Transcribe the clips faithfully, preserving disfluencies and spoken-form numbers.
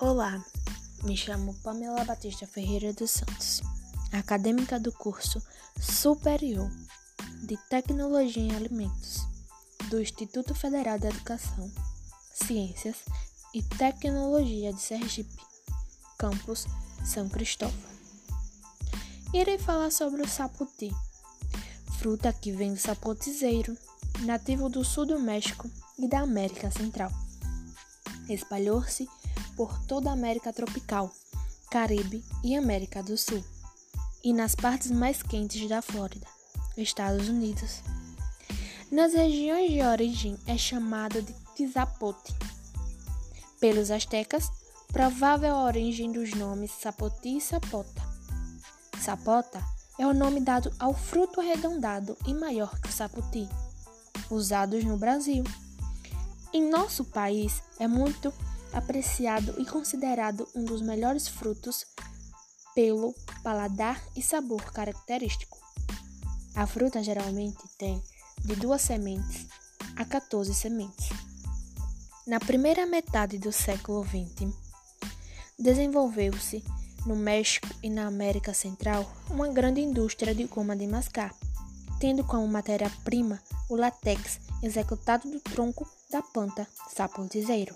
Olá, me chamo Pamela Batista Ferreira dos Santos, acadêmica do curso Superior de Tecnologia em Alimentos do Instituto Federal de Educação, Ciências e Tecnologia de Sergipe, campus São Cristóvão. Irei falar sobre o sapoti, fruta que vem do sapotizeiro, nativo do sul do México e da América Central. Espalhou-se por toda a América tropical, Caribe e América do Sul, e nas partes mais quentes da Flórida, Estados Unidos. Nas regiões de origem é chamado de tizapote. Pelos astecas, provável a origem dos nomes sapoti e sapota. Sapota é o nome dado ao fruto arredondado e maior que o sapoti, usados no Brasil. Em nosso país é muito apreciado e considerado um dos melhores frutos pelo paladar e sabor característico. A fruta geralmente tem de duas sementes a quatorze sementes. Na primeira metade do século vinte, desenvolveu-se no México e na América Central uma grande indústria de goma de mascar, tendo como matéria-prima o látex executado do tronco da planta sapotizeiro.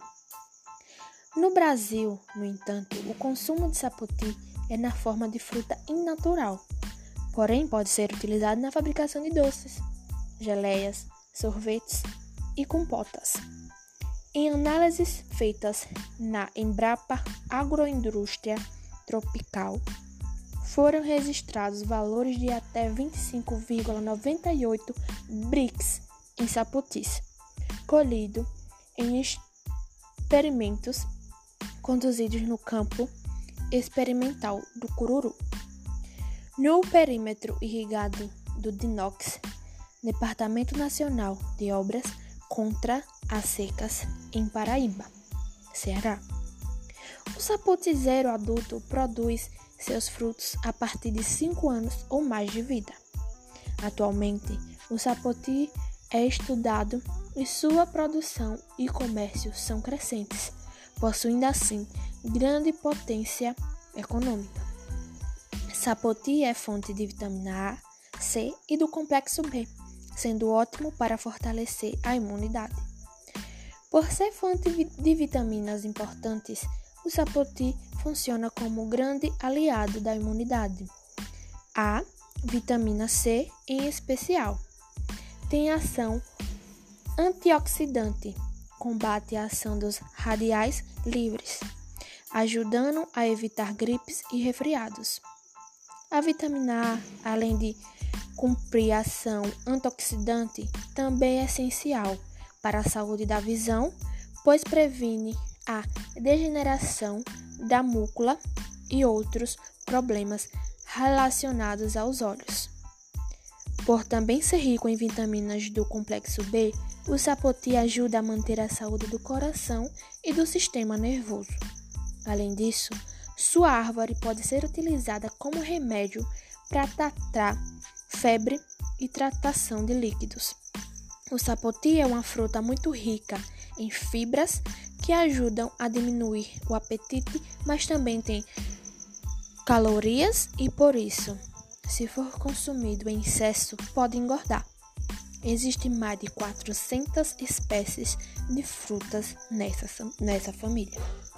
No Brasil, no entanto, o consumo de sapoti é na forma de fruta in-natural, porém pode ser utilizado na fabricação de doces, geleias, sorvetes e compotas. Em análises feitas na Embrapa Agroindústria Tropical, foram registrados valores de até vinte e cinco vírgula noventa e oito brics em sapotis, colhido em experimentos conduzidos no campo experimental do Cururu, no perímetro irrigado do DINOX, Departamento Nacional de Obras contra as Secas, em Paraíba, Ceará. O sapotizeiro adulto produz seus frutos a partir de cinco anos ou mais de vida. Atualmente, o sapoti é estudado e sua produção e comércio são crescentes, possuindo assim grande potência econômica. Sapoti é fonte de vitamina A, C e do complexo B, sendo ótimo para fortalecer a imunidade. Por ser fonte de vitaminas importantes, o sapoti funciona como grande aliado da imunidade. A vitamina C, em especial, tem ação antioxidante, combate a ação dos radicais livres, ajudando a evitar gripes e resfriados. A vitamina A, além de cumprir a ação antioxidante, também é essencial para a saúde da visão, pois previne a degeneração da mácula e outros problemas relacionados aos olhos. Por também ser rico em vitaminas do complexo B, o sapoti ajuda a manter a saúde do coração e do sistema nervoso. Além disso, sua árvore pode ser utilizada como remédio para tratar febre e tratação de líquidos. O sapoti é uma fruta muito rica em fibras que ajudam a diminuir o apetite, mas também tem calorias e, por isso, se for consumido em excesso, pode engordar. Existem mais de quatrocentas espécies de frutas nessa, nessa família.